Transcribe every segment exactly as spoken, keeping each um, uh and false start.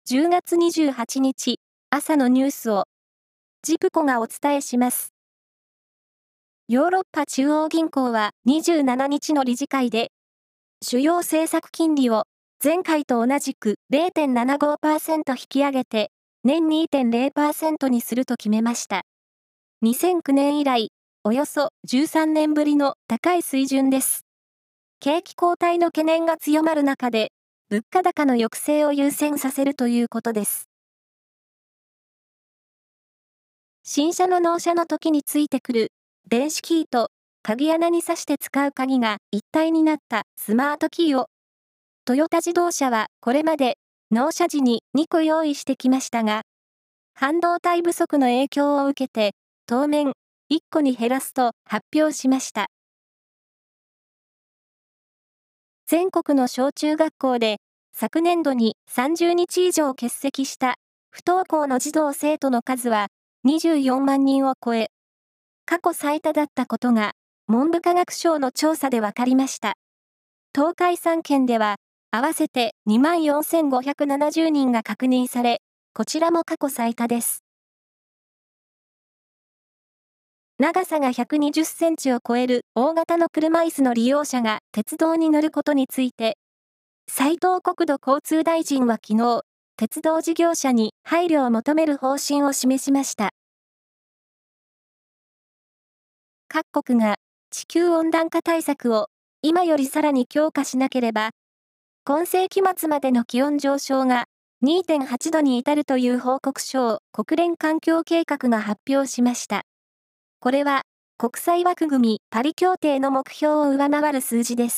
じゅうがつにじゅうはちにち、朝のニュースを、ジプコがお伝えします。ヨーロッパ中央銀行はにじゅうしちにちの理事会で、主要政策金利を前回と同じく れいてんななごパーセント 引き上げて、年 にてんれいパーセント にすると決めました。にせんきゅうねん以来、およそじゅうさんねんぶりの高い水準です。景気後退の懸念が強まる中で、物価高の抑制を優先させるということです。新車の納車の時についてくる電子キーと鍵穴に挿して使う鍵が一体になったスマートキーを、トヨタ自動車はこれまで納車時ににこ用意してきましたが、半導体不足の影響を受けて当面いっこに減らすと発表しました。全国の小中学校で昨年度にさんじゅうにち以上欠席した不登校の児童生徒の数はにじゅうよんまんにんを超え、過去最多だったことが文部科学省の調査で分かりました。東海さんけんでは合わせて にまんよんせんごひゃくななじゅうにんが確認され、こちらも過去最多です。長さがひゃくにじゅっセンチを超える大型の車椅子の利用者が鉄道に乗ることについて、斉藤国土交通大臣は昨日、鉄道事業者に配慮を求める方針を示しました。各国が地球温暖化対策を今よりさらに強化しなければ、今世紀末までの気温上昇が にてんはちどに至るという報告書を国連環境計画が発表しました。これは国際枠組みパリ協定の目標を上回る数字です。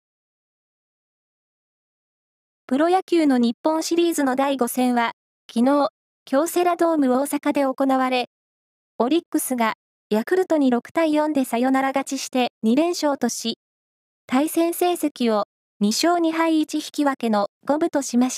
プロ野球の日本シリーズのだいごせんは、昨日、京セラドーム大阪で行われ、オリックスがヤクルトにろくたいよんでサヨナラ勝ちしてにれんしょうとし、対戦成績をにしょうにはいいち引き分けの五分としました。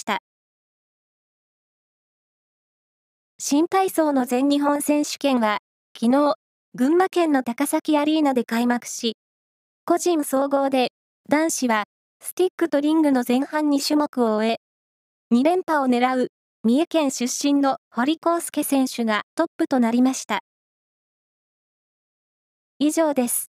新体操の全日本選手権は、昨日、群馬県の高崎アリーナで開幕し、個人総合で男子はスティックとリングの前半にしゅもくを終え、にれんぱを狙う三重県出身の堀孝輔選手がトップとなりました。以上です。